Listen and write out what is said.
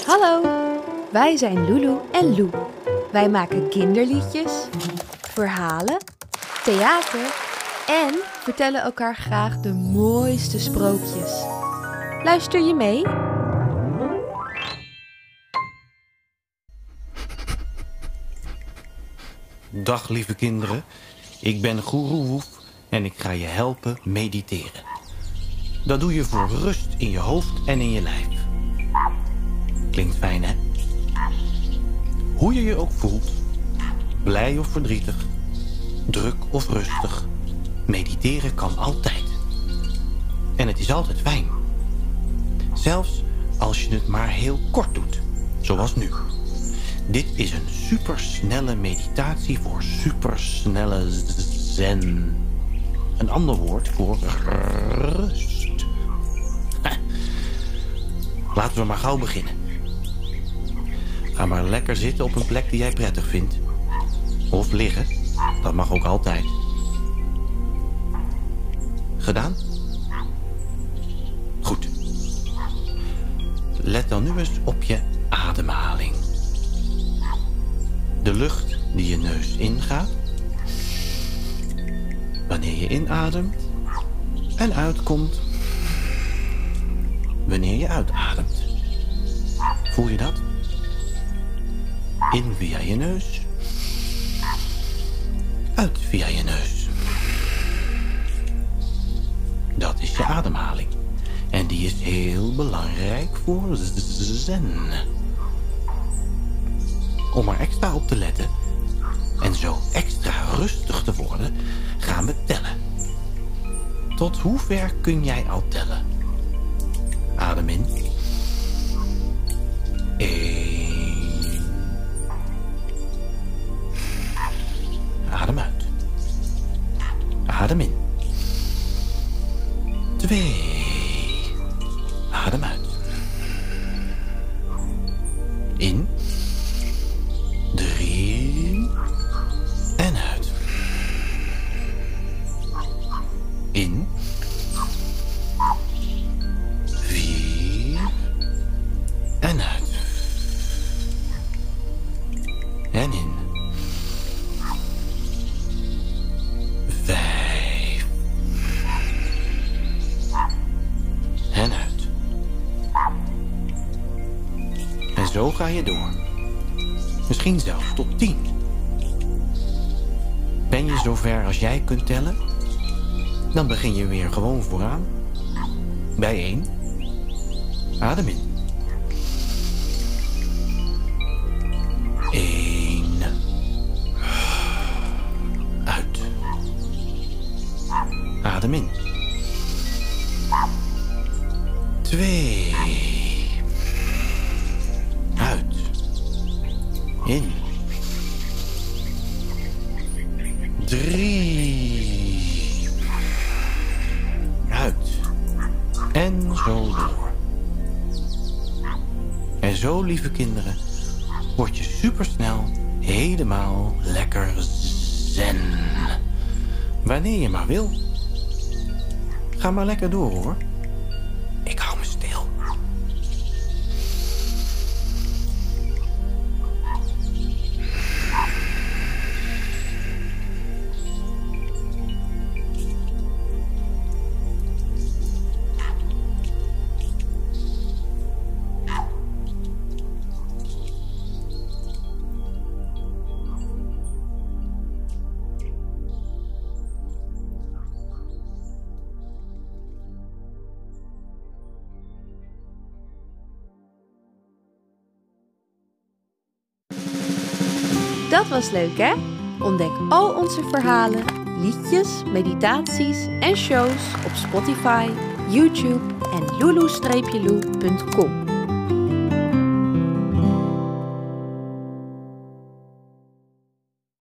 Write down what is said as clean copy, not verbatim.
Hallo, wij zijn Lulu en Lou. Wij maken kinderliedjes, verhalen, theater en vertellen elkaar graag de mooiste sprookjes. Luister je mee? Dag lieve kinderen, ik ben Goeroe Woef en ik ga je helpen mediteren. Dat doe je voor rust in je hoofd en in je lijf. Klinkt fijn, hè? Hoe je je ook voelt, blij of verdrietig, druk of rustig, mediteren kan altijd. En het is altijd fijn. Zelfs als je het maar heel kort doet, zoals nu. Dit is een supersnelle meditatie voor supersnelle zen. Een ander woord voor rust. Laten we maar gauw beginnen. Ga maar lekker zitten op een plek die jij prettig vindt. Of liggen, dat mag ook altijd. Gedaan? Goed. Let dan nu eens op je ademhaling. De lucht die je neus ingaat. Wanneer je inademt. En uitkomt. Wanneer je uitademt. Voel je dat? In via je neus. Uit via je neus. Dat is je ademhaling. En die is heel belangrijk voor zen. Om er extra op te letten en zo extra rustig te worden, gaan we tellen. Tot hoe ver kun jij al tellen? Adem in. 1. Adem uit. Adem in. 2. Adem uit. In. 3. En uit. In. 4. En uit. En in. 5. En uit. En zo ga je door. Misschien zelfs tot 10. Ben je zover als jij kunt tellen? Dan begin je weer gewoon vooraan. Bij 1. Adem in. 1. Uit. Adem in. 2. Uit. In. 3. Uit. En zo door. En zo, lieve kinderen, word je supersnel helemaal lekker zen. Wanneer je maar wil. Ga maar lekker door, hoor. Ik hou me stil. Dat was leuk, hè? Ontdek al onze verhalen, liedjes, meditaties en shows op Spotify, YouTube en lulu-lou.com.